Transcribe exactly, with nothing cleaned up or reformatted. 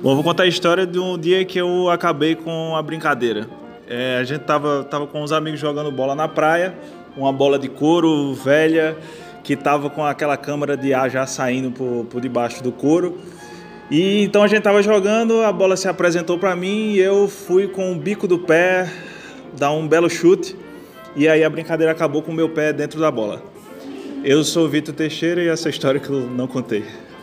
Bom, vou contar a história de um dia que eu acabei com a brincadeira. É, a gente tava, tava com uns amigos jogando bola na praia, uma bola de couro velha que tava com aquela câmara de ar já saindo por, por debaixo do couro. E então a gente tava jogando, a bola se apresentou para mim e eu fui com o bico do pé dar um belo chute e aí a brincadeira acabou com o meu pé dentro da bola. Eu sou o Vitor Teixeira e essa é a história que eu não contei.